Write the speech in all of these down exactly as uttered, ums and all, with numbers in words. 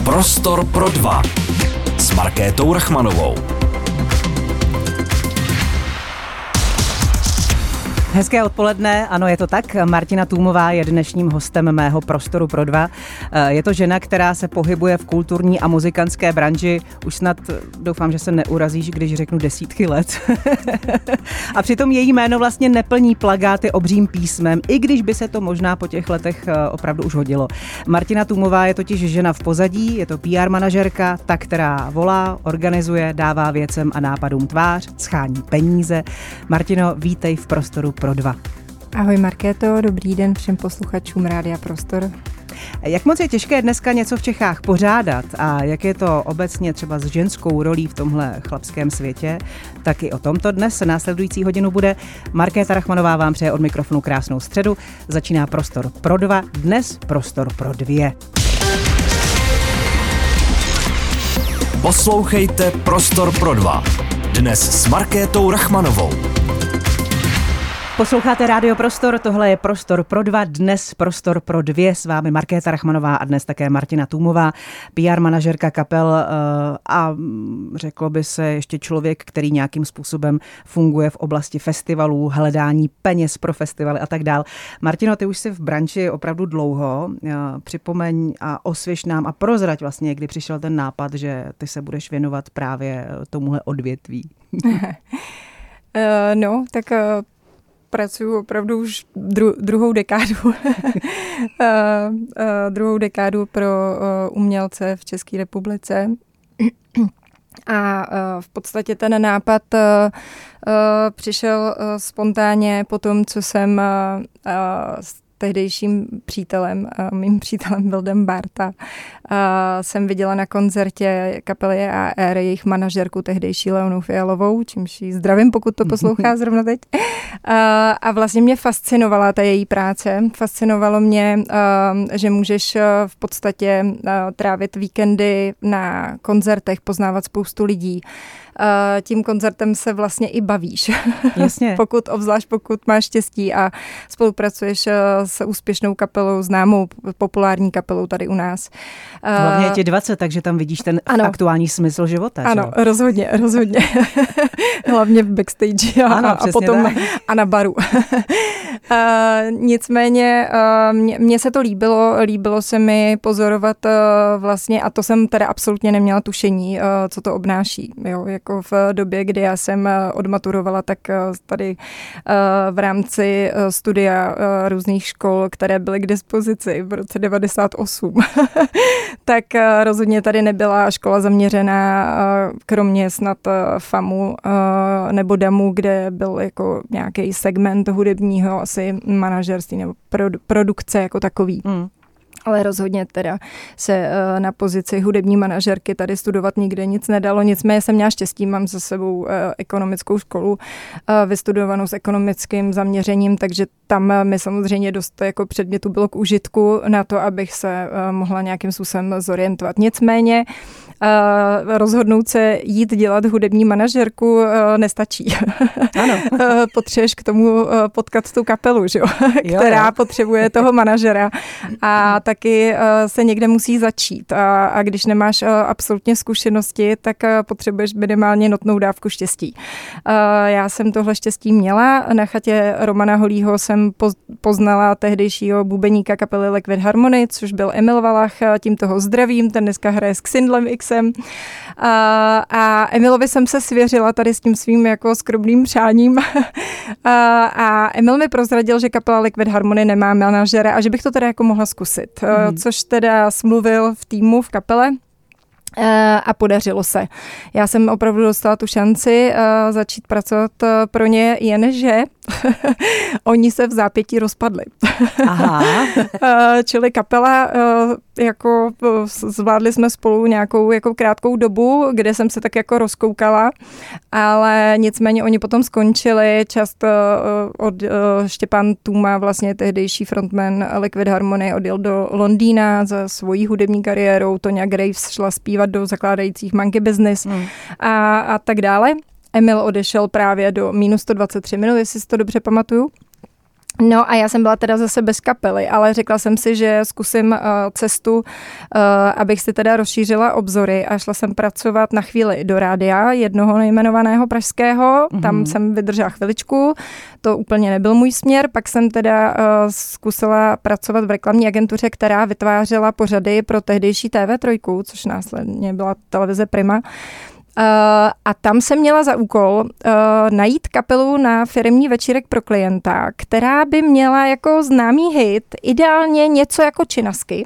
Prostor pro dva s Markétou Rachmanovou. Hezké odpoledne, ano, je to tak. Martina Tůmová je dnešním hostem mého Prostoru pro dva. Je to žena, která se pohybuje v kulturní a muzikantské branži. Už snad doufám, že se neurazíš, když řeknu desítky let. A přitom její jméno vlastně neplní plakáty obřím písmem, i když by se to možná po těch letech opravdu už hodilo. Martina Tůmová je totiž žena v pozadí, je to P R manažerka, ta, která volá, organizuje, dává věcem a nápadům tvář, schání peníze. Martino, vítej v Prostoru pro dva. Ahoj Markéto, dobrý den všem posluchačům Rádia Prostor. Jak moc je těžké dneska něco v Čechách pořádat a jak je to obecně třeba s ženskou rolí v tomhle chlapském světě, tak i o tomto dnes následující hodinu bude. Markéta Rachmanová vám přeje od mikrofonu krásnou středu. Začíná Prostor pro dva, dnes Prostor pro dvě. Poslouchejte Prostor pro dva. Dnes s Markétou Rachmanovou. Posloucháte Rádio Prostor, tohle je Prostor pro dva, dnes Prostor pro dvě, s vámi Markéta Rachmanová a dnes také Martina Tůmová, P R manažerka kapel a řeklo by se ještě člověk, který nějakým způsobem funguje v oblasti festivalů, hledání peněz pro festivaly a tak dál. Martino, ty už jsi v branži opravdu dlouho, připomeň a osvěž nám a prozrať vlastně, kdy přišel ten nápad, že ty se budeš věnovat právě tomuhle odvětví. No, tak pracuji opravdu už dru, druhou dekádu. uh, uh, druhou dekádu pro uh, umělce v České republice. A uh, v podstatě ten nápad uh, uh, přišel uh, spontánně po tom, co jsem uh, uh, s tehdejším přítelem, uh, mým přítelem Wildem Barta, uh, jsem viděla na koncertě kapely A R jejich manažerku tehdejší Leonu Fialovou, čímž jí zdravím, pokud to poslouchá zrovna teď. Uh, a vlastně mě fascinovala ta její práce. Fascinovalo mě, uh, že můžeš uh, v podstatě uh, trávit víkendy na koncertech, poznávat spoustu lidí. Uh, tím koncertem se vlastně i bavíš. Jasně. pokud, obzvlášť pokud máš štěstí a spolupracuješ uh, s úspěšnou kapelou, známou populární kapelou tady u nás. Uh, Hlavně je ti dvacet, takže tam vidíš ten ano. aktuální smysl života. Ano, že? rozhodně, rozhodně. Hlavně v backstage a, ano, a potom tak. a na baru. uh, nicméně uh, mě, mně se to líbilo, líbilo se mi pozorovat uh, vlastně, a to jsem teda absolutně neměla tušení, uh, co to obnáší. Jo, jako v době, kdy já jsem odmaturovala, tak tady v rámci studia různých škol, které byly k dispozici v roce devadesát osm, tak rozhodně tady nebyla škola zaměřená kromě snad FAMu nebo DAMu, kde byl jako nějaký segment hudebního asi manažerství nebo produkce jako takový. Mm. Ale rozhodně teda se na pozici hudební manažerky tady studovat nikde nic nedalo. Nicméně jsem měla štěstí, mám za sebou ekonomickou školu vystudovanou s ekonomickým zaměřením, takže tam mi samozřejmě dost jako předmětu bylo k užitku na to, abych se mohla nějakým způsobem zorientovat. Nicméně rozhodnout se jít dělat hudební manažerku nestačí. Ano. Potřebuješ k tomu potkat tu kapelu, že jo? Která jo. potřebuje toho manažera a taky se někde musí začít. A, a když nemáš absolutně zkušenosti, tak potřebuješ minimálně notnou dávku štěstí. Já jsem tohle štěstí měla. Na chatě Romana Holího jsem poznala tehdejšího bubeníka kapely Liquid Harmony, což byl Emil Valach, tím toho zdravím, ten dneska hraje s Xindlem Xem. A, a Emilovi jsem se svěřila tady s tím svým jako skromným přáním. a, a Emil mi prozradil, že kapela Liquid Harmony nemá manažera a že bych to teda jako mohla zkusit. Mm. Což teda smluvil v týmu, v kapele. A podařilo se. Já jsem opravdu dostala tu šanci uh, začít pracovat uh, pro ně, jenže oni se v zápětí rozpadli. Aha. uh, čili kapela, uh, jako uh, zvládli jsme spolu nějakou jako krátkou dobu, kde jsem se tak jako rozkoukala, ale nicméně oni potom skončili. Často uh, od uh, Štěpán Tůma, vlastně tehdejší frontman Liquid Harmony, odjel do Londýna za svojí hudební kariérou, Tonya Graves šla zpívat do zakládajících Monkey Business hmm. a, a tak dále. Emil odešel právě do minus sto dvacet tři minut, jestli si to dobře pamatuju. No a já jsem byla teda zase bez kapely, ale řekla jsem si, že zkusím uh, cestu, uh, abych si teda rozšířila obzory a šla jsem pracovat na chvíli do rádia, jednoho nejmenovaného pražského, mm-hmm. Tam jsem vydržela chviličku, to úplně nebyl můj směr, pak jsem teda uh, zkusila pracovat v reklamní agentuře, která vytvářela pořady pro tehdejší T V tři, což následně byla televize Prima. Uh, a tam jsem měla za úkol uh, najít kapelu na firemní večírek pro klienta, která by měla jako známý hit, ideálně něco jako Činasky,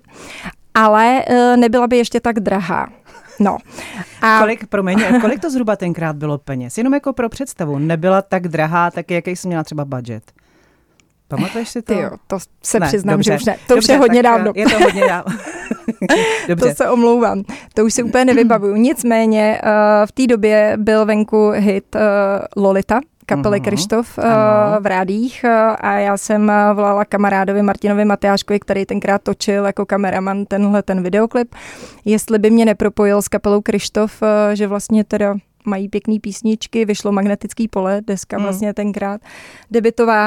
ale uh, nebyla by ještě tak drahá. No. A kolik, promiň, kolik to zhruba tenkrát bylo peněz? Jenom jako pro představu, nebyla tak drahá, tak jaký jsi měla třeba budget? Pamatuješ si to? Ty jo, to se ne, přiznám, dobře, že už ne. To dobře, už je hodně dávno. Je to hodně dávno. To se omlouvám. To už si úplně nevybavuju. Nicméně uh, v té době byl venku hit uh, Lolita, kapely uh-huh. Kryštof uh, v rádích uh, a já jsem uh, volala kamarádovi Martinovi Matyáškovi, který tenkrát točil jako kameraman tenhle ten videoklip, jestli by mě nepropojil s kapelou Kryštof, uh, že vlastně teda mají pěkný písničky, vyšlo Magnetický pole, deska uh-huh. vlastně tenkrát debutová.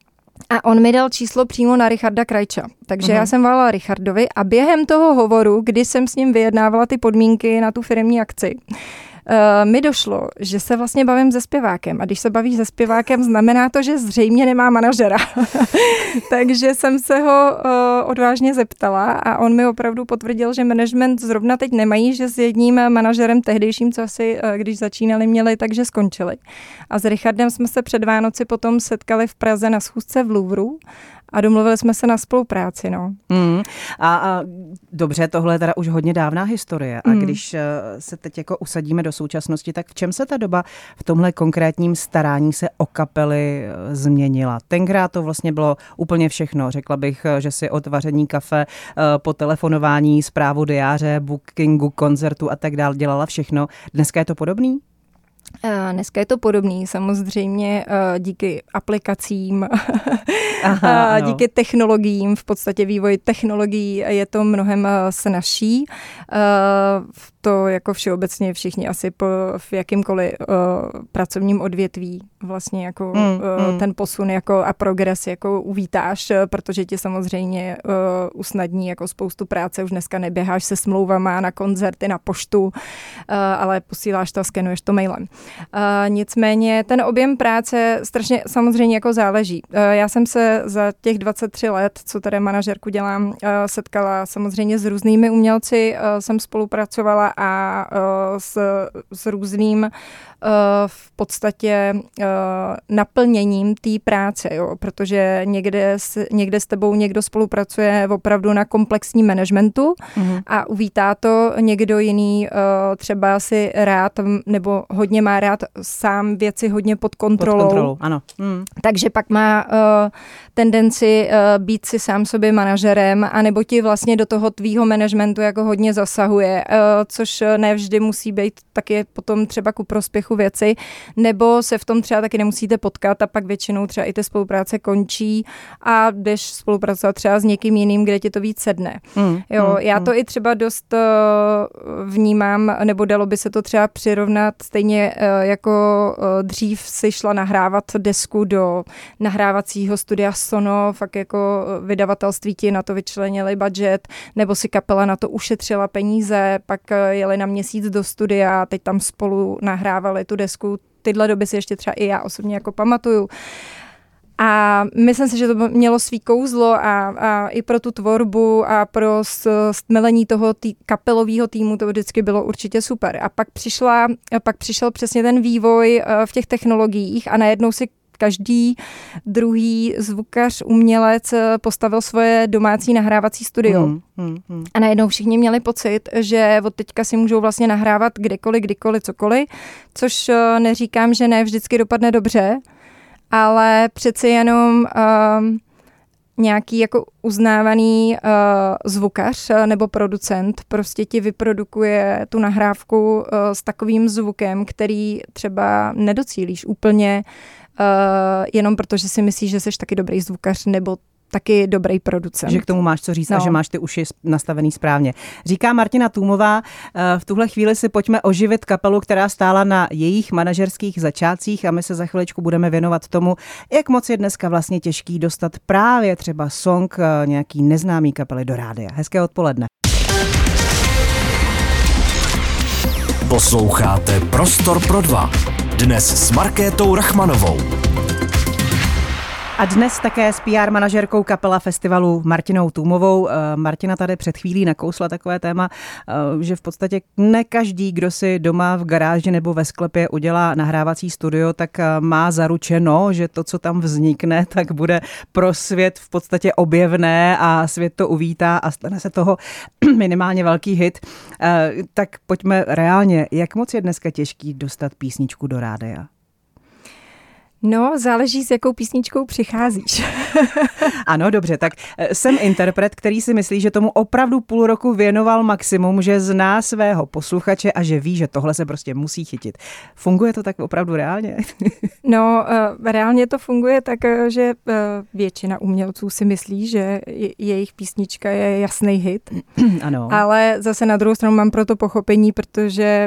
A on mi dal číslo přímo na Richarda Krajča. Takže uh-huh. já jsem volala Richardovi a během toho hovoru, kdy jsem s ním vyjednávala ty podmínky na tu firemní akci, Uh, mi došlo, že se vlastně bavím se zpěvákem. A když se bavíš se zpěvákem, znamená to, že zřejmě nemá manažera. Takže jsem se ho uh, odvážně zeptala a on mi opravdu potvrdil, že management zrovna teď nemají, že s jedním manažerem tehdejším, co asi, uh, když začínali, měli, takže skončili. A s Richardem jsme se před Vánoci potom setkali v Praze na schůzce v Louvru a domluvili jsme se na spolupráci, no. Mm. A, a dobře, tohle je teda už hodně dávná historie. A mm. když se teď jako usadíme do současnosti, tak v čem se ta doba v tomhle konkrétním starání se o kapely změnila? Tenkrát to vlastně bylo úplně všechno. Řekla bych, že si od vaření kafe po telefonování, správu diáře, bookingu, koncertu a tak dál dělala všechno. Dneska je to podobný? Dneska je to podobný, samozřejmě díky aplikacím, Aha, díky technologiím, v podstatě vývoj technologií je to mnohem snazší. To jako všeobecně všichni asi po, v jakýmkoliv pracovním odvětví vlastně jako mm, ten posun jako a progres jako uvítáš, protože ti samozřejmě usnadní jako spoustu práce. Už dneska neběháš se smlouvama na koncerty, na poštu, ale posíláš to a skenuješ to mailem. Uh, nicméně ten objem práce strašně samozřejmě jako záleží. Uh, já jsem se za těch dvacet tři let, co tady manažerku dělám, uh, setkala samozřejmě s různými umělci, uh, jsem spolupracovala a uh, s, s různým uh, v podstatě uh, naplněním té práce, jo, protože někde s, někde s tebou někdo spolupracuje opravdu na komplexním managementu mm-hmm. a uvítá to, někdo jiný uh, třeba si rád nebo hodně má rád sám věci hodně pod kontrolou. Pod kontrolou, ano. Mm. Takže pak má uh, tendenci uh, být si sám sobě manažerem, anebo ti vlastně do toho tvýho managementu jako hodně zasahuje, uh, což ne vždy musí být taky potom třeba ku prospěchu věci, nebo se v tom třeba taky nemusíte potkat a pak většinou třeba i ty spolupráce končí a jdeš spolupracovat třeba s někým jiným, kde ti to víc sedne. Mm. Jo, mm. já to i třeba dost uh, vnímám, nebo dalo by se to třeba přirovnat stejně jako dřív si šla nahrávat desku do nahrávacího studia Sono, fakt jako vydavatelství ti na to vyčlenili budget, nebo si kapela na to ušetřila peníze, pak jeli na měsíc do studia, teď tam spolu nahrávali tu desku. Tyhle doby si ještě třeba i já osobně jako pamatuju. A myslím si, že to mělo svý kouzlo a, a i pro tu tvorbu a pro stmelení toho tý, kapelového týmu to vždycky bylo určitě super. A pak, přišla, a pak přišel přesně ten vývoj v těch technologiích a najednou si každý druhý zvukař, umělec postavil svoje domácí nahrávací studio. Hmm, hmm, hmm. A najednou všichni měli pocit, že od teďka si můžou vlastně nahrávat kdekoliv, kdykoliv, cokoliv, což neříkám, že ne vždycky dopadne dobře, ale přeci jenom um, nějaký jako uznávaný uh, zvukař nebo producent prostě ti vyprodukuje tu nahrávku uh, s takovým zvukem, který třeba nedocílíš úplně uh, jenom proto, že si myslíš, že jsi taky dobrý zvukař nebo taky dobrý producent. Že k tomu máš co říct no. a že máš ty uši nastavený správně. Říká Martina Tůmová, v tuhle chvíli si pojďme oživit kapelu, která stála na jejich manažerských začátcích a my se za chviličku budeme věnovat tomu, jak moc je dneska vlastně těžký dostat právě třeba song nějaký neznámý kapely do rádia. Hezké odpoledne. Posloucháte Prostor pro dva. Dnes s Markétou Rachmanovou. A dnes také s P R manažerkou kapela festivalu Martinou Tůmovou. Martina tady před chvílí nakousla takové téma, že v podstatě ne každý, kdo si doma v garáži nebo ve sklepě udělá nahrávací studio, tak má zaručeno, že to, co tam vznikne, tak bude pro svět v podstatě objevné a svět to uvítá a stane se toho minimálně velký hit. Tak pojďme reálně, jak moc je dneska těžký dostat písničku do rádia? No, záleží, s jakou písničkou přicházíš. Ano, dobře, tak jsem interpret, který si myslí, že tomu opravdu půl roku věnoval maximum, že zná svého posluchače a že ví, že tohle se prostě musí chytit. Funguje to tak opravdu reálně? No, reálně to funguje tak, že většina umělců si myslí, že jejich písnička je jasný hit. Ano. Ale zase na druhou stranu mám pro to pochopení, protože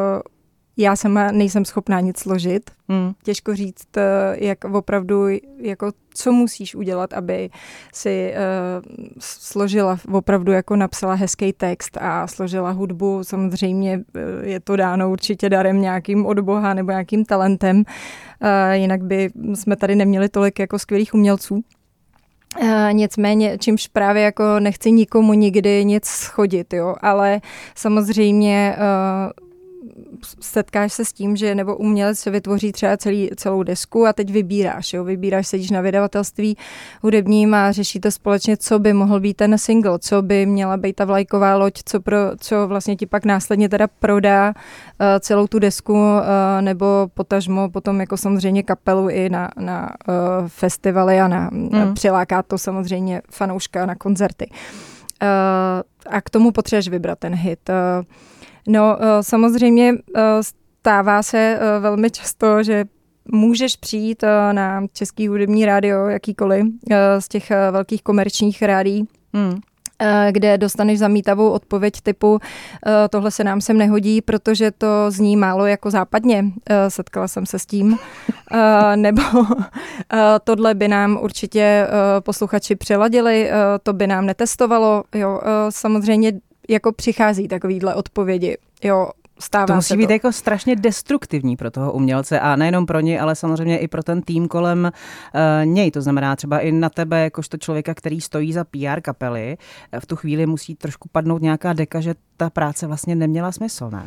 já sama nejsem schopná nic složit. Hmm. Těžko říct, jak opravdu, jako co musíš udělat, aby si uh, složila, opravdu jako napsala hezký text a složila hudbu. Samozřejmě je to dáno určitě darem nějakým od Boha nebo nějakým talentem. Uh, jinak by jsme tady neměli tolik jako skvělých umělců. Uh, nicméně, čímž právě jako nechci nikomu nikdy nic schodit, jo, ale samozřejmě uh, setkáš se s tím, že nebo umělec se vytvoří třeba celý, celou desku a teď vybíráš, jo, vybíráš, sedíš na vydavatelství hudebním a řešíte společně, co by mohl být ten single, co by měla být ta vlajková loď, co, pro, co vlastně ti pak následně teda prodá uh, celou tu desku, uh, nebo potažmo potom jako samozřejmě kapelu i na, na uh, festivaly a na, mm. uh, přiláká to samozřejmě fanouška na koncerty. Uh, a k tomu potřebuješ vybrat ten hit. Uh, No, samozřejmě stává se velmi často, že můžeš přijít na Český hudební rádio, jakýkoliv, z těch velkých komerčních rádií, hmm. kde dostaneš zamítavou odpověď typu tohle se nám sem nehodí, protože to zní málo jako západně. Setkala jsem se s tím. Nebo tohle by nám určitě posluchači přeladili, to by nám netestovalo. Jo, samozřejmě jako přichází takovýhle odpovědi. Jo, stává to musí se být to. jako strašně destruktivní pro toho umělce a nejenom pro něj, ale samozřejmě i pro ten tým kolem uh, něj. To znamená třeba i na tebe, jakožto člověka, který stojí za P R kapely, v tu chvíli musí trošku padnout nějaká deka, že ta práce vlastně neměla smysl, ne?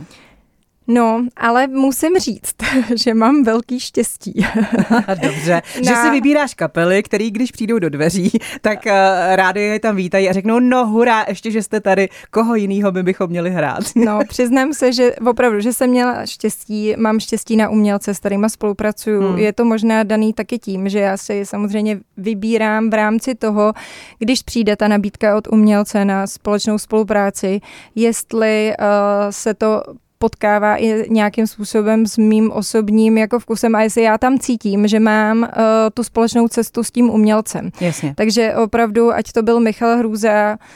No, ale musím říct, že mám velký štěstí. Dobře, Na... že si vybíráš kapely, který když přijdou do dveří, tak uh, rádi je tam vítají a řeknou, no hurá, ještě, že jste tady, koho jinýho by bychom měli hrát. No, přiznám se, že opravdu, že jsem měla štěstí, mám štěstí na umělce, s kterýma spolupracuju. Hmm. Je to možná daný taky tím, že já si samozřejmě vybírám v rámci toho, když přijde ta nabídka od umělce na společnou spolupráci, jestli uh, se to potkává i nějakým způsobem s mým osobním jako vkusem a jestli já tam cítím, že mám uh, tu společnou cestu s tím umělcem. Jasně. Takže opravdu, ať to byl Michal Hrůza, uh,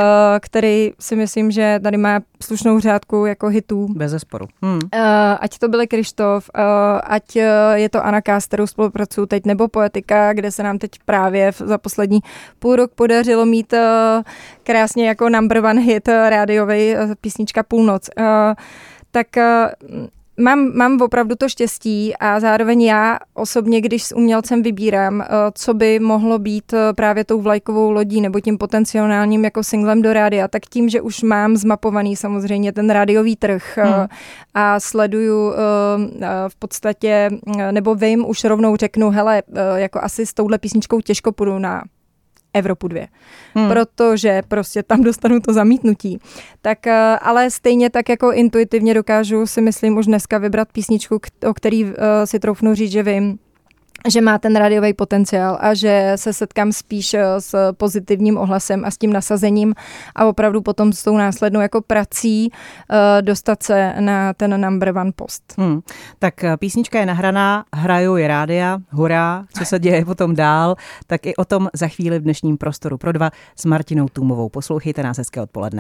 který si myslím, že tady má slušnou řádku jako hitů. Bezesporu. Hmm. Uh, ať to byly Krištof, uh, ať uh, je to Anna K, s kterou spolupracuju teď, nebo Poetika, kde se nám teď právě v, za poslední půl rok podařilo mít uh, krásně jako number one hit uh, rádiovej uh, písnička Půlnoc. Uh, tak uh, mám, mám opravdu to štěstí a zároveň já osobně, když s umělcem vybírám, uh, co by mohlo být uh, právě tou vlajkovou lodí nebo tím potenciálním jako singlem do rádia, tak tím, že už mám zmapovaný samozřejmě ten rádiový trh uh, hmm. a sleduju uh, uh, v podstatě, uh, nebo vím, už rovnou řeknu, hele, uh, jako asi s touhle písničkou těžko půjdu na Evropu dvě, hmm. protože prostě tam dostanu to zamítnutí. Tak, ale stejně tak jako intuitivně dokážu si myslím už dneska vybrat písničku, o který uh, si troufnu říct, že vím, že má ten rádiový potenciál a že se setkám spíš s pozitivním ohlasem a s tím nasazením a opravdu potom s tou následnou jako prací uh, dostat se na ten number one post. Hmm. Tak písnička je nahraná, hrajou je rádia, hurá, co se děje potom dál, tak i o tom za chvíli v dnešním Prostoru pro dva s Martinou Tůmovou. Poslouchejte nás, hezké odpoledne.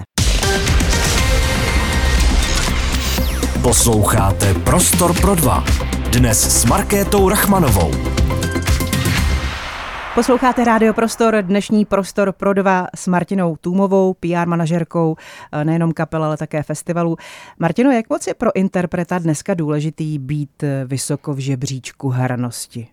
Posloucháte Prostor pro dva. Dnes s Markétou Rachmanovou. Posloucháte Rádio Prostor, dnešní Prostor pro dva s Martinou Tůmovou, P R manažerkou nejenom kapel, ale také festivalů. Martino, jak moc je pro interpreta dneska důležitý být vysoko v žebříčku hranosti?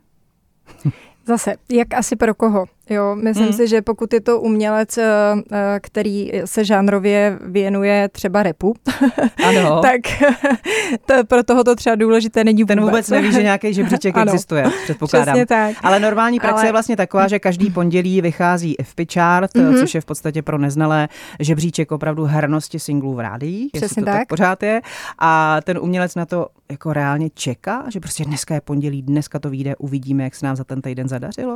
Zase, jak asi pro koho? Jo, myslím mm. si, že pokud je to umělec, který se žánrově věnuje třeba rapu, ano. tak to, pro toho to třeba důležité není vůbec. Ten vůbec neví, že nějaký žebříček existuje, předpokládám. Přesně tak. Ale normální praxe Ale... je vlastně taková, že každý pondělí vychází F P Chart, mm-hmm. což je v podstatě pro neznalé žebříček opravdu hranosti singlů v rádiích. Přesně to tak. tak pořád je. A ten umělec na to jako reálně čeká, že prostě dneska je pondělí, dneska to vyjde, uvidíme, jak se nám za ten týden zadařilo.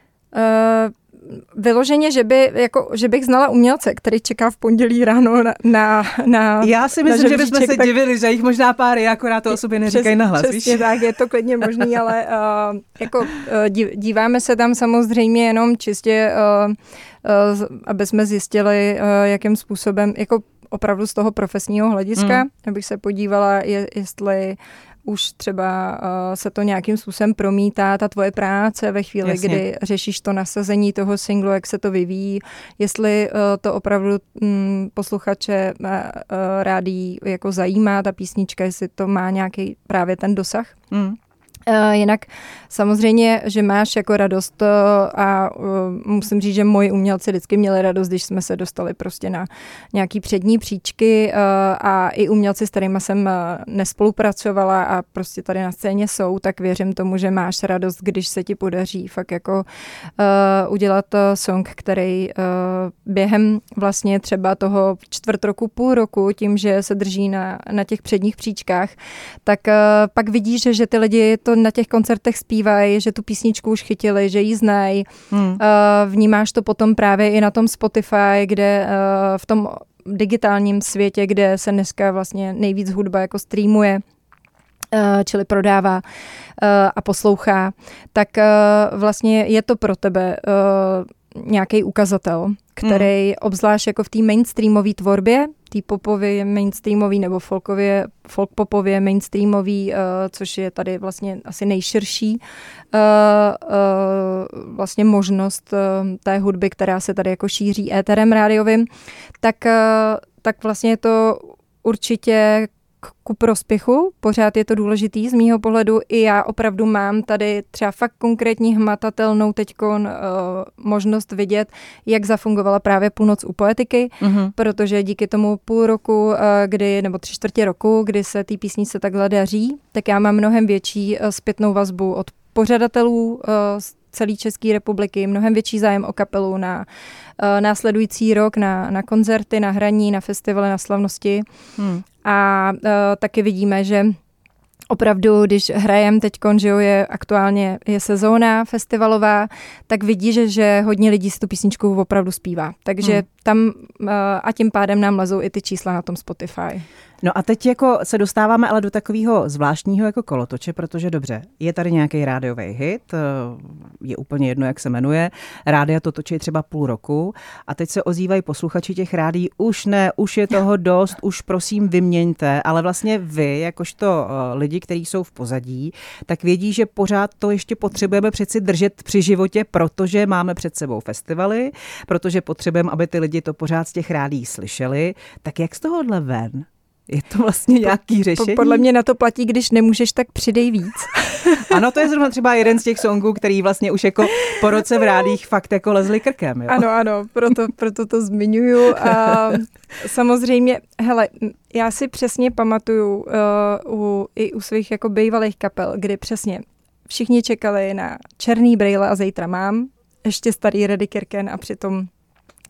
Uh, vyloženě, že, by, jako, že bych znala umělce, který čeká v pondělí ráno na, na, na Já si myslím, že bychom se tak... divili, že jich možná pár je, akorát to o sobě neříkají nahlas. Přesně víš? tak, je to klidně možný, ale uh, jako, uh, díváme se tam samozřejmě jenom čistě, uh, uh, aby jsme zjistili, uh, jakým způsobem, jako opravdu z toho profesního hlediska, mm. abych se podívala, je, jestli už třeba uh, se to nějakým způsobem promítá, ta tvoje práce ve chvíli, Jasně. kdy řešíš to nasazení toho singlu, jak se to vyvíjí, jestli uh, to opravdu um, posluchače uh, uh, rádií jako zajímá ta písnička, jestli to má nějaký právě ten dosah. Mm. Uh, jinak samozřejmě, že máš jako radost uh, a uh, musím říct, že moji umělci vždycky měli radost, když jsme se dostali prostě na nějaký přední příčky uh, a i umělci, s kterými jsem uh, nespolupracovala a prostě tady na scéně jsou, tak věřím tomu, že máš radost, když se ti podaří fakt jako uh, udělat uh, song, který uh, během vlastně třeba toho čtvrt roku, půl roku, tím, že se drží na, na těch předních příčkách, tak uh, pak vidíš, že, že ty lidi to na těch koncertech zpívají, že tu písničku už chytili, že ji znají. Hmm. Uh, vnímáš to potom právě i na tom Spotify, kde uh, v tom digitálním světě, kde se dneska vlastně nejvíc hudba jako streamuje, uh, čili prodává uh, a poslouchá, tak uh, vlastně je to pro tebe uh, nějaký ukazatel, který hmm. obzvlášť jako v té mainstreamové tvorbě, té popově mainstreamový nebo folkově, folk popově mainstreamový, uh, což je tady vlastně asi nejširší uh, uh, vlastně možnost uh, té hudby, která se tady jako šíří éterem rádiovým, tak, uh, tak vlastně je to určitě ku prospěchu, pořád je to důležitý z mýho pohledu. I já opravdu mám tady třeba fakt konkrétní hmatatelnou teďkon uh, možnost vidět, jak zafungovala právě Půlnoc u Poetiky, mm-hmm. protože díky tomu půl roku, uh, kdy, nebo tři čtvrtě roku, kdy se té písničce takhle daří, tak já mám mnohem větší uh, zpětnou vazbu od pořadatelů uh, z celé České republiky, mnohem větší zájem o kapelu na uh, následující rok, na, na koncerty, na hraní, na festivaly, na slavnosti. Hmm. A uh, taky vidíme, že opravdu, když hrajem teďkon, že jo, je aktuálně je sezóna festivalová, tak vidí, že, že hodně lidí si tu písničku opravdu zpívá. Takže hmm. tam uh, a tím pádem nám lezou i ty čísla na tom Spotify. No a teď jako se dostáváme ale do takového zvláštního jako kolotoče, protože dobře, je tady nějaký rádiový hit, je úplně jedno, jak se jmenuje, rádia to točí třeba půl roku a teď se ozývají posluchači těch rádií, už ne, už je toho dost, už prosím vyměňte, ale vlastně vy, jakožto lidi, kteří jsou v pozadí, tak vědí, že pořád to ještě potřebujeme přeci držet při životě, protože máme před sebou festivaly, protože potřebujeme, aby ty lidi to pořád z těch rádií slyšeli, tak jak z tohohle ven? Je to vlastně nějaký řešení? Podle mě na to platí, když nemůžeš, tak přidej víc. Ano, to je zrovna třeba jeden z těch songů, který vlastně už jako po roce v rádích fakt jako lezli krkem. Jo? Ano, ano, proto, proto to zmiňuju. A samozřejmě, hele, já si přesně pamatuju uh, u, i u svých jako bývalých kapel, kdy přesně všichni čekali na Černý brejle a Zítra mám, ještě starý Reddy Kirken a přitom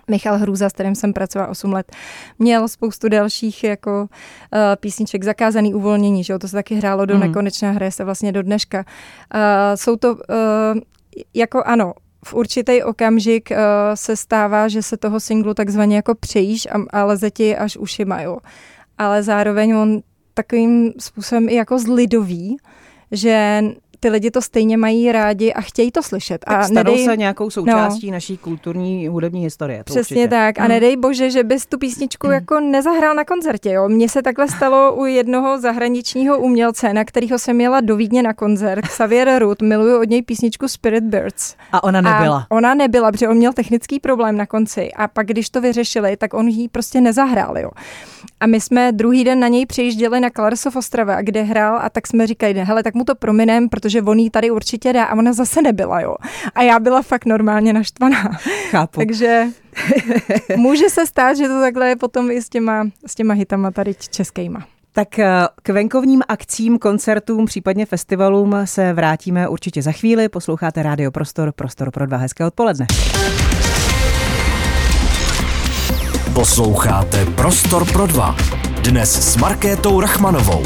Michal Hrůza, s kterým jsem pracovala osm let, měl spoustu dalších jako uh, písniček, Zakázaný uvolnění, že jo, to se taky hrálo do mm. nekonečna, hraje se vlastně do dneška. Uh, jsou to uh, jako ano, v určitý okamžik uh, se stává, že se toho singlu takzvaně jako přejíš a, a leze ti až ušima, jo. Ale zároveň on takovým způsobem i jako zlidový, že ty lidi to stejně mají rádi a chtějí to slyšet. Tak a stanou nedej, se nějakou součástí no, naší kulturní hudební historie. To přesně určitě. tak. A hmm. nedej bože, že bys tu písničku hmm. jako nezahrál na koncertě. Jo. Mně se takhle stalo u jednoho zahraničního umělce, na kterého jsem jela do Vídně na koncert. Xavier Rudd, miluju od něj písničku Spirit Birds. A ona nebyla. A ona nebyla, protože on měl technický problém na konci. A pak, když to vyřešili, tak on ji prostě nezahrál. Jo. A my jsme druhý den na něj přijížděli na Klarsov Ostrava, kde hrál, a tak jsme říkali, hele, tak mu to prominem, protože on jí tady určitě dá, a ona zase nebyla, jo. A já byla fakt normálně naštvaná. Chápu. Takže může se stát, že to takhle je potom i s těma, s těma hitama tady českýma. Tak k venkovním akcím, koncertům, případně festivalům se vrátíme určitě za chvíli. Posloucháte Rádio Prostor, Prostor pro dva. Hezké odpoledne. Posloucháte Prostor pro dva. Dnes s Markétou Rachmanovou.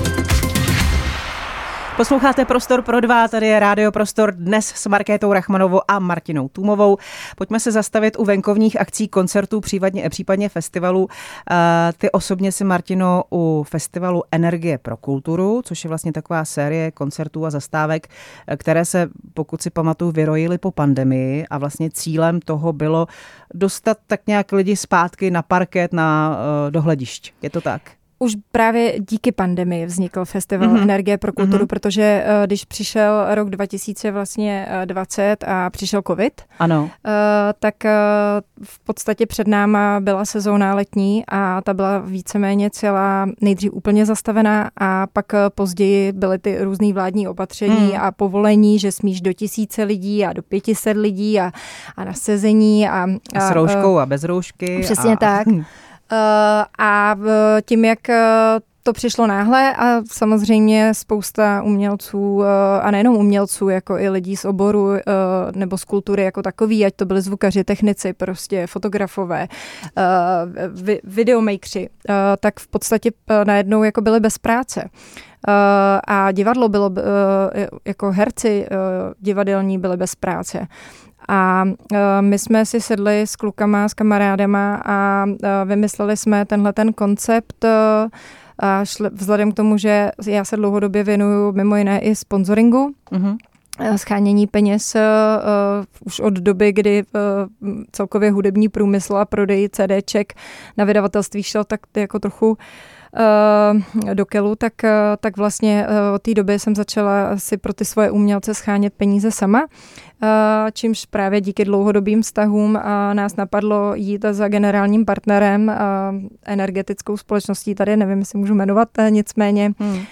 Posloucháte Prostor pro dva, tady je Rádio Prostor dnes s Markétou Rachmanovou a Martinou Tůmovou. Pojďme se zastavit u venkovních akcí, koncertů, případně, případně festivalů. Ty osobně si, Martino, u festivalu Energie pro kulturu, což je vlastně taková série koncertů a zastávek, které se, pokud si pamatuju, vyrojily po pandemii, a vlastně cílem toho bylo dostat tak nějak lidi zpátky na parket, na do hledišť. Je to tak? Už právě díky pandemii vznikl festival mm-hmm. Energie pro kulturu, mm-hmm. protože uh, když přišel rok dva tisíce dvacet a přišel covid, ano. Uh, tak uh, v podstatě před náma byla sezóna letní a ta byla víceméně celá nejdřív úplně zastavená, a pak uh, později byly ty různý vládní opatření mm. a povolení, že smíš do tisíce lidí a do pětiset lidí a, a na sezení. A, a, a s rouškou uh, a bez roušky. Přesně a... tak. Uh, a tím, jak uh, to přišlo náhle, a samozřejmě spousta umělců, uh, a nejenom umělců, jako i lidí z oboru uh, nebo z kultury jako takový, ať to byli zvukaři, technici, prostě fotografové, uh, vi- videomakeri, uh, tak v podstatě uh, najednou jako byli bez práce. Uh, a divadlo bylo, uh, jako herci uh, divadelní byli bez práce. A uh, my jsme si sedli s klukama, s kamarádama a uh, vymysleli jsme tenhle ten koncept uh, a šli, vzhledem k tomu, že já se dlouhodobě věnuju mimo jiné i sponsoringu, mm-hmm. schánění peněz uh, už od doby, kdy uh, celkově hudební průmysl a prodej CDček na vydavatelství šel tak jako trochu Uh, do kelu, tak, uh, tak vlastně uh, od té doby jsem začala si pro ty svoje umělce schánět peníze sama, uh, čímž právě díky dlouhodobým vztahům uh, nás napadlo jít za generálním partnerem, uh, energetickou společností, tady nevím, jestli můžu jmenovat, uh, nicméně hmm. uh,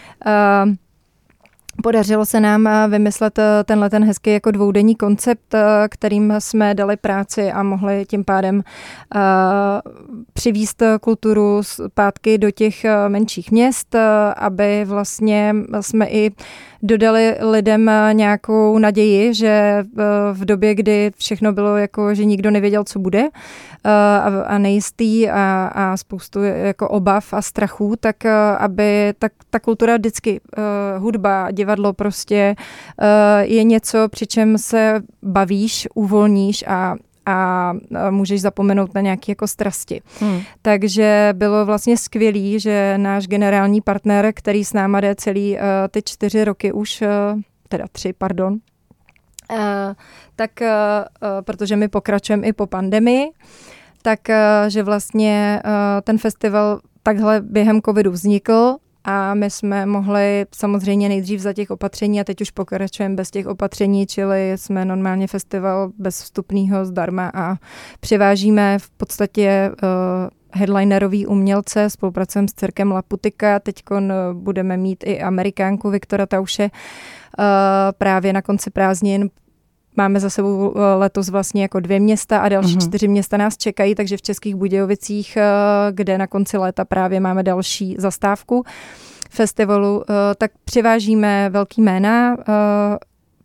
podařilo se nám vymyslet tenhle ten hezký jako dvoudenní koncept, kterým jsme dali práci a mohli tím pádem uh, přivízt kulturu zpátky do těch menších měst, aby vlastně jsme i dodali lidem nějakou naději, že v době, kdy všechno bylo jako, že nikdo nevěděl, co bude a, a nejistý a, a spoustu jako obav a strachů, tak aby ta, ta kultura vždycky, hudba, divadlo prostě je něco, při čem se bavíš, uvolníš a a můžeš zapomenout na nějaké jako strasti. Hmm. Takže bylo vlastně skvělý, že náš generální partner, který s náma jde celý uh, ty čtyři roky už, uh, teda tři, pardon, uh, tak uh, uh, protože my pokračujeme i po pandemii, tak uh, že vlastně uh, ten festival takhle během covidu vznikl, a my jsme mohli samozřejmě nejdřív za těch opatření a teď už pokračujeme bez těch opatření, čili jsme normálně festival bez vstupného zdarma a přivážíme v podstatě uh, headlinerový umělce, spolupracujeme s Cirkem Laputika, teďkon budeme mít i Amerikánku Viktora Tauše uh, právě na konci prázdnin. Máme za sebou letos vlastně jako dvě města a další mm-hmm. čtyři města nás čekají, takže v Českých Budějovicích, kde na konci léta právě máme další zastávku festivalu, tak přivážíme velký jména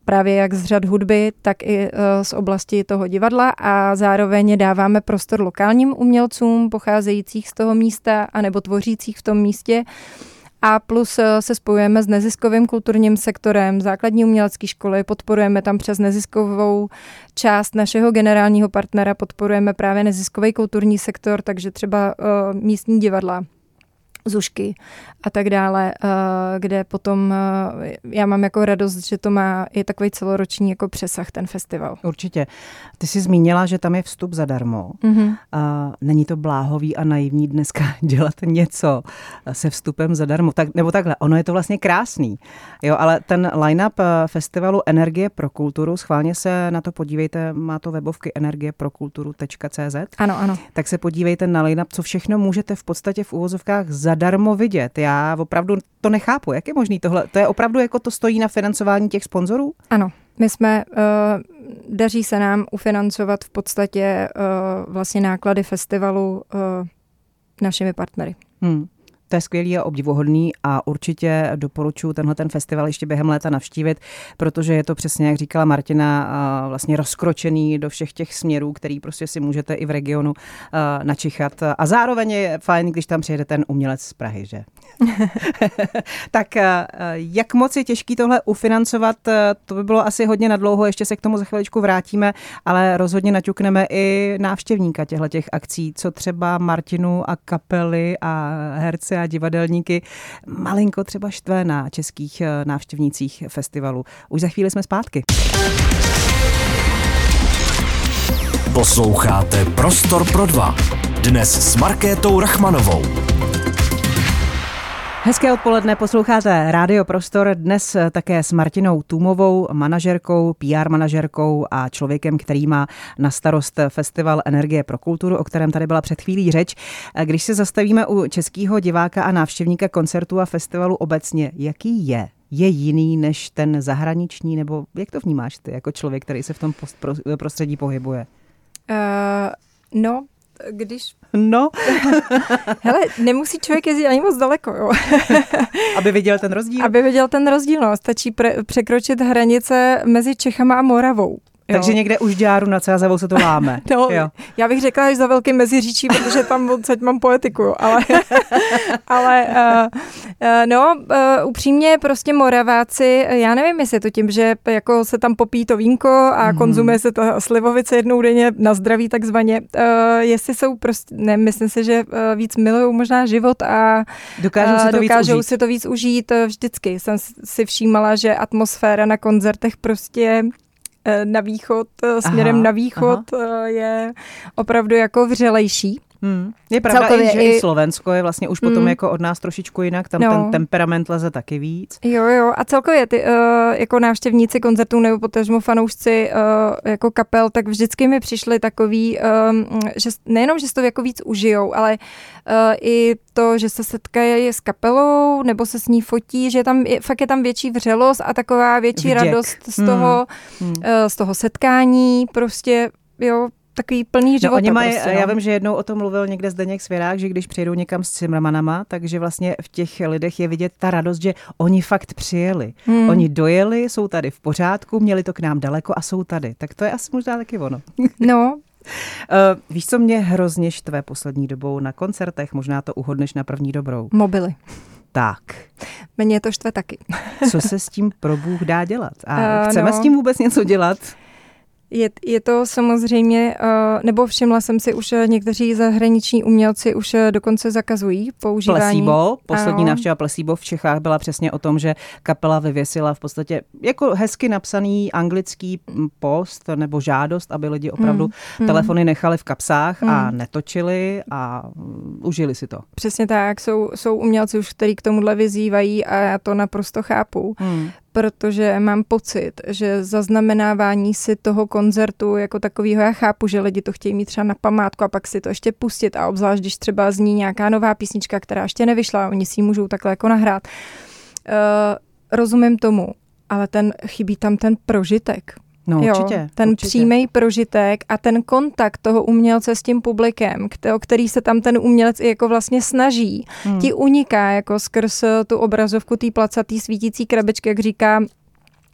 právě jak z řad hudby, tak i z oblasti toho divadla a zároveň dáváme prostor lokálním umělcům pocházejících z toho místa anebo tvořících v tom místě. A plus se spojujeme s neziskovým kulturním sektorem, základní umělecké školy, podporujeme tam přes neziskovou část našeho generálního partnera, podporujeme právě neziskový kulturní sektor, takže třeba uh, místní divadla, Zušky a tak dále, kde potom já mám jako radost, že to má i takový celoroční jako přesah ten festival. Určitě. Ty jsi zmínila, že tam je vstup zadarmo. Mm-hmm. A není to bláhový a naivní dneska dělat něco se vstupem zadarmo. Tak, nebo takhle, ono je to vlastně krásný. Jo, ale ten line-up festivalu Energie pro kulturu, schválně se na to podívejte, má to webovky energie pro kulturu tečka cé zet. Ano, ano. Tak se podívejte na line-up, co všechno můžete v podstatě v uvozovkách zadarmo vidět. Já opravdu to nechápu. Jak je možný tohle? To je opravdu jako to stojí na financování těch sponzorů? Ano. My jsme, uh, daří se nám ufinancovat v podstatě uh, vlastně náklady festivalu uh, našimi partnery. Hmm. To je skvělý a obdivuhodný a určitě doporučuji tenhle ten festival ještě během léta navštívit, protože je to přesně, jak říkala Martina, vlastně rozkročený do všech těch směrů, který prostě si můžete i v regionu načichat. A zároveň je fajn, když tam přijede ten umělec z Prahy, že? Tak jak moc je těžký tohle ufinancovat, to by bylo asi hodně nadlouho, ještě se k tomu za chviličku vrátíme, ale rozhodně naťukneme i návštěvníka těchto akcí, co třeba Martinu a kapely a herci a divadelníky malinko třeba štve na českých návštěvnících festivalu. Už za chvíli jsme zpátky. Posloucháte Prostor pro dva. Dnes s Markétou Rachmanovou. Hezké odpoledne, posloucháte Rádio Prostor, dnes také s Martinou Tůmovou, manažerkou, P R manažerkou a člověkem, který má na starost festival Energie pro kulturu, o kterém tady byla před chvílí řeč. Když se zastavíme u českého diváka a návštěvníka koncertu a festivalu obecně, jaký je? Je jiný než ten zahraniční, nebo jak to vnímáš ty jako člověk, který se v tom prostředí pohybuje? Uh, no, když... No. Hele, nemusí člověk jezdit ani moc daleko, jo. Aby viděl ten rozdíl? Aby viděl ten rozdíl, no. Stačí pre- překročit hranice mezi Čechama a Moravou. Jo. Takže někde už Žďáru nad Sázavou se to láme. No, jo. Já bych řekla, že za Velkým Meziříčí, protože tam odsaď mám poetiku, jo. ale, ale uh, uh, no, uh, upřímně prostě Moraváci, já nevím, jestli je to tím, že jako se tam popíjí to vínko a mm. konzumuje se ta slivovice jednou denně na zdraví takzvaně, uh, jestli jsou prostě, ne, myslím si, že uh, víc milují možná život a dokážou, si to, uh, dokážou víc si to víc užít. Vždycky jsem si všímala, že atmosféra na koncertech prostě na východ, směrem aha, na východ aha. je opravdu jako vřelejší. Hmm. Je pravda, i, že i Slovensko je vlastně už potom hmm. jako od nás trošičku jinak, tam no. ten temperament leze taky víc. Jo, jo, a celkově ty uh, jako návštěvníci koncertů nebo potažmo fanoušci uh, jako kapel, tak vždycky mi přišli takový, um, že nejenom, že si to jako víc užijou, ale uh, i to, že se setkají s kapelou nebo se s ní fotí, že tam je, fakt je tam větší vřelost a taková větší Vděk. radost z hmm. toho, hmm. Uh, z toho setkání, prostě jo, takový plný života. No, oni mají, prostě, no. Já vím, že jednou o tom mluvil někde Zdeněk Svěrák, že když přijedou někam s cimrmanama, takže vlastně v těch lidech je vidět ta radost, že oni fakt přijeli. Hmm. Oni dojeli, jsou tady v pořádku, měli to k nám daleko a jsou tady. Tak to je asi možná taky ono. No. Uh, víš, co mě hrozně štve poslední dobou na koncertech? Možná to uhodneš na první dobrou. Mobily. Tak. Mě to štve taky. Co se s tím pro Bůh dá dělat? A uh, chceme no. s tím vůbec něco dělat? Je, je to samozřejmě, nebo všimla jsem si, už někteří zahraniční umělci už dokonce zakazují používání. Placebo, poslední návštěva Placebo v Čechách byla přesně o tom, že kapela vyvěsila v podstatě jako hezky napsaný anglický post nebo žádost, aby lidi opravdu hmm. telefony nechali v kapsách hmm. a netočili a užili si to. Přesně tak, jsou, jsou umělci už, kteří k tomuhle vyzývají a já to naprosto chápu. Hmm. Protože mám pocit, že zaznamenávání si toho koncertu jako takového, já chápu, že lidi to chtějí mít třeba na památku a pak si to ještě pustit a obzvlášť, když třeba zní nějaká nová písnička, která ještě nevyšla, oni si ji můžou takhle jako nahrát. Uh, rozumím tomu, ale ten chybí tam ten prožitek. No, jo, určitě. Ten určitě. přímý prožitek a ten kontakt toho umělce s tím publikem, o který se tam ten umělec i jako vlastně snaží, hmm. ti uniká jako skrz tu obrazovku té placatý svítící krabičky, jak říká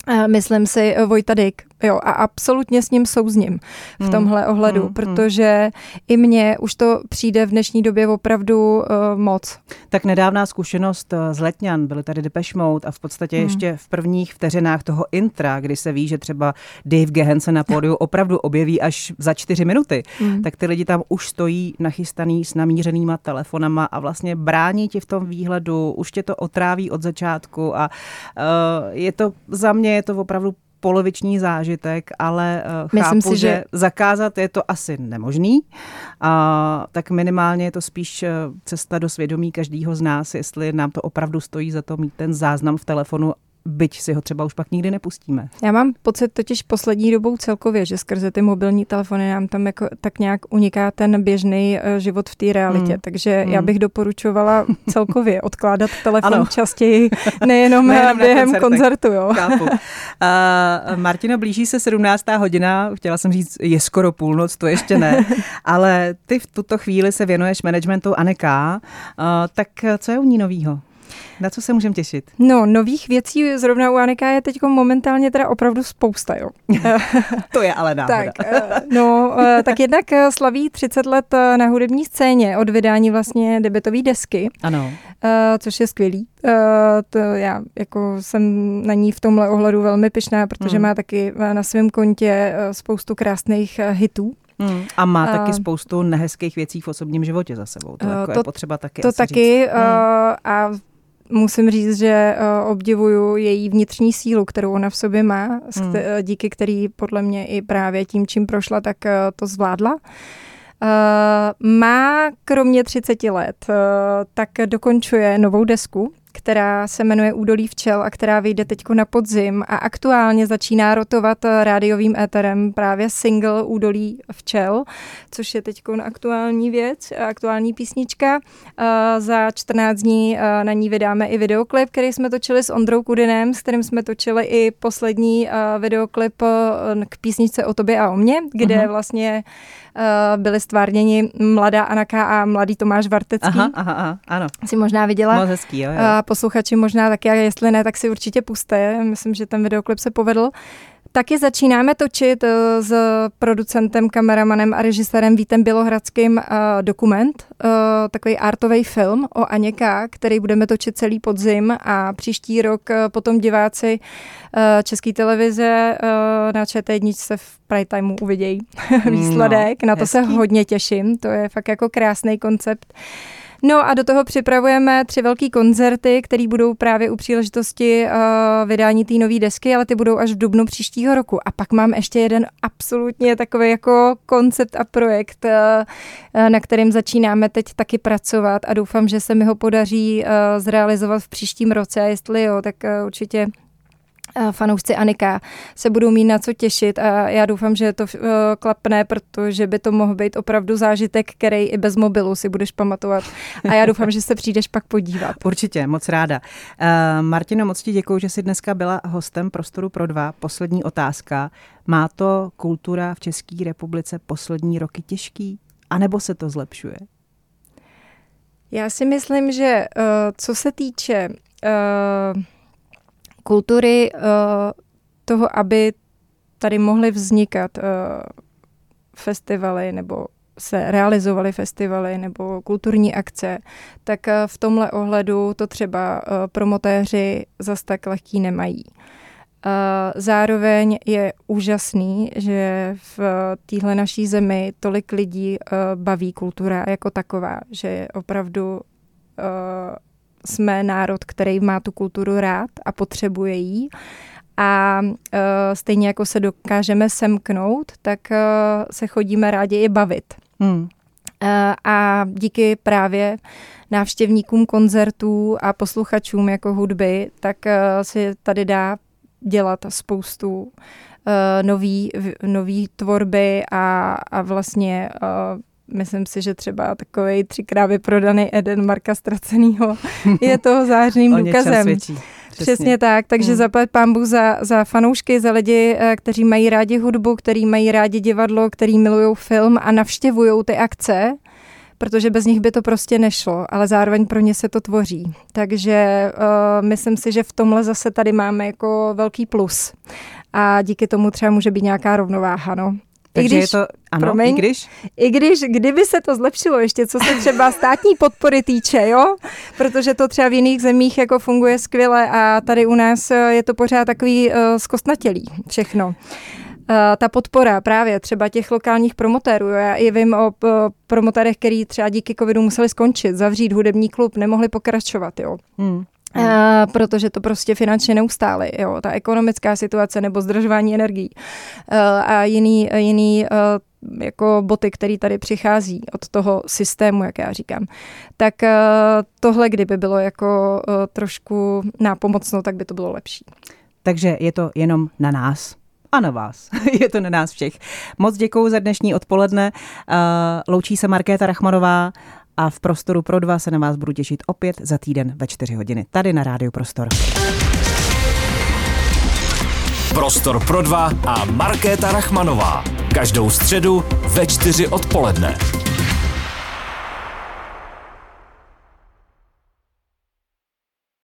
Myslím si Vojta Dyk, jo, a absolutně s ním souzním v tomhle ohledu, mm, protože mm. i mně už to přijde v dnešní době opravdu uh, moc. Tak nedávná zkušenost z Letňan, byly tady Depeche Mode a v podstatě mm. ještě v prvních vteřinách toho intra, kdy se ví, že třeba Dave Gahan se na pódiu opravdu objeví až za čtyři minuty, mm. tak ty lidi tam už stojí nachystaný s namířenýma telefonama a vlastně brání ti v tom výhledu, už tě to otráví od začátku a uh, je to za mě je to opravdu poloviční zážitek, ale uh, chápu, si, že... že zakázat je to asi nemožný. A tak minimálně je to spíš cesta do svědomí každého z nás, jestli nám to opravdu stojí za to mít ten záznam v telefonu, byť si ho třeba už pak nikdy nepustíme. Já mám pocit totiž poslední dobou celkově, že skrze ty mobilní telefony nám tam jako tak nějak uniká ten běžný život v té realitě. Hmm. Takže hmm. já bych doporučovala celkově odkládat telefon ano. častěji, nejenom, nejenom během koncertu. Jo. Chápu. Uh, Martino, blíží se sedmnáctá hodina, chtěla jsem říct, je skoro půlnoc, to ještě ne, ale ty v tuto chvíli se věnuješ managementu Anika, uh, tak co je u ní novýho? Na co se můžeme těšit? No, nových věcí zrovna u Anika je teď momentálně teda opravdu spousta, jo. To je ale náhoda. Tak, no, tak jednak slaví třicet let na hudební scéně od vydání vlastně debutový desky. Ano. Což je skvělý. To já jako jsem na ní v tomhle ohledu velmi pyšná, protože hmm. má taky na svém kontě spoustu krásných hitů. Hmm. A má uh, taky spoustu nehezkých věcí v osobním životě za sebou. To, uh, jako to je potřeba taky To asi taky říct. Uh, a musím říct, že uh, obdivuju její vnitřní sílu, kterou ona v sobě má, hmm. díky který podle mě i právě tím, čím prošla, tak uh, to zvládla. Uh, má kromě třiceti let, uh, tak dokončuje novou desku, která se jmenuje Údolí včel a která vyjde teďko na podzim a aktuálně začíná rotovat rádiovým éterem právě single Údolí včel, což je teďko aktuální věc, aktuální písnička. Za čtrnáct dní na ní vydáme i videoklip, který jsme točili s Ondrou Kudinem, s kterým jsme točili i poslední videoklip k písničce O tobě a o mně, kde uh-huh. vlastně byli stvárněni mladá Anaka a mladý Tomáš Vartecký. Aha, aha, aha, ano. Jsi možná viděla. Moc hezký, jo, jo. Posluchači možná taky, a jestli ne, tak si určitě puste. Myslím, že ten videoklip se povedl. Taky začínáme točit s producentem, kameramanem a režisérem Vítem Bělohradským dokument, takový artový film o Aněka, který budeme točit celý podzim a příští rok potom diváci České televize na Č T jedna se v prime timeu uvidějí výsledek. No, na to hezký. Se hodně těším, to je fakt jako krásný koncept. No a do toho připravujeme tři velký koncerty, které budou právě u příležitosti uh, vydání té nové desky, ale ty budou až v dubnu příštího roku. A pak mám ještě jeden absolutně takový jako koncept a projekt, uh, na kterým začínáme teď taky pracovat a doufám, že se mi ho podaří uh, zrealizovat v příštím roce. A jestli jo, tak uh, určitě fanoušci Anika se budou mít na co těšit a já doufám, že to uh, klapne, protože by to mohl být opravdu zážitek, který i bez mobilu si budeš pamatovat a já doufám, že se přijdeš pak podívat. Určitě, moc ráda. Uh, Martino, moc ti děkuju, že jsi dneska byla hostem Prostoru pro dva. Poslední otázka. Má to kultura v České republice poslední roky těžký? A nebo se to zlepšuje? Já si myslím, že uh, co se týče uh, kultury uh, toho, aby tady mohly vznikat uh, festivaly nebo se realizovaly festivaly nebo kulturní akce, tak uh, v tomhle ohledu to třeba uh, promotéři zas tak lehký nemají. Uh, zároveň je úžasný, že v téhle naší zemi tolik lidí uh, baví kultura jako taková, že opravdu uh, jsme národ, který má tu kulturu rád a potřebuje jí. A uh, stejně jako se dokážeme semknout, tak uh, se chodíme rádi i bavit. Hmm. Uh, a díky právě návštěvníkům koncertů a posluchačům jako hudby, tak uh, si tady dá dělat spoustu uh, nový, nový tvorby a, a vlastně uh, myslím si, že třeba takovej třikrát vyprodaný Eden Marka Ztracenýho je toho zářným důkazem. Přesně. Přesně tak, takže hmm. zaplať pánbůh za, za fanoušky, za lidi, kteří mají rádi hudbu, kteří mají rádi divadlo, kteří milují film a navštěvují ty akce, protože bez nich by to prostě nešlo, ale zároveň pro ně se to tvoří. Takže uh, myslím si, že v tomhle zase tady máme jako velký plus. A díky tomu třeba může být nějaká rovnováha, no. Takže I když, je to, ano, promiň, i když? I když, kdyby se to zlepšilo ještě, co se třeba státní podpory týče, jo, protože to třeba v jiných zemích jako funguje skvěle a tady u nás je to pořád takový uh, zkostnatělý všechno. Uh, ta podpora právě třeba těch lokálních promotérů, já i vím o uh, promotérech, který třeba díky covidu museli skončit, zavřít hudební klub, nemohli pokračovat, jo. Hmm. Uh, protože to prostě finančně neustály, jo, ta ekonomická situace nebo zdržování energií uh, a jiný, jiný uh, jako boty, který tady přichází od toho systému, jak já říkám. Tak uh, tohle, kdyby bylo jako uh, trošku nápomocno, tak by to bylo lepší. Takže je to jenom na nás. A na vás. Je to na nás všech. Moc děkuju za dnešní odpoledne. Uh, loučí se Markéta Rachmanová a v Prostoru pro dva se na vás budu těšit opět za týden ve čtyři hodiny. Tady na Rádiu Prostor. Prostor pro dva a Markéta Rachmanová. Každou středu ve čtyři odpoledne.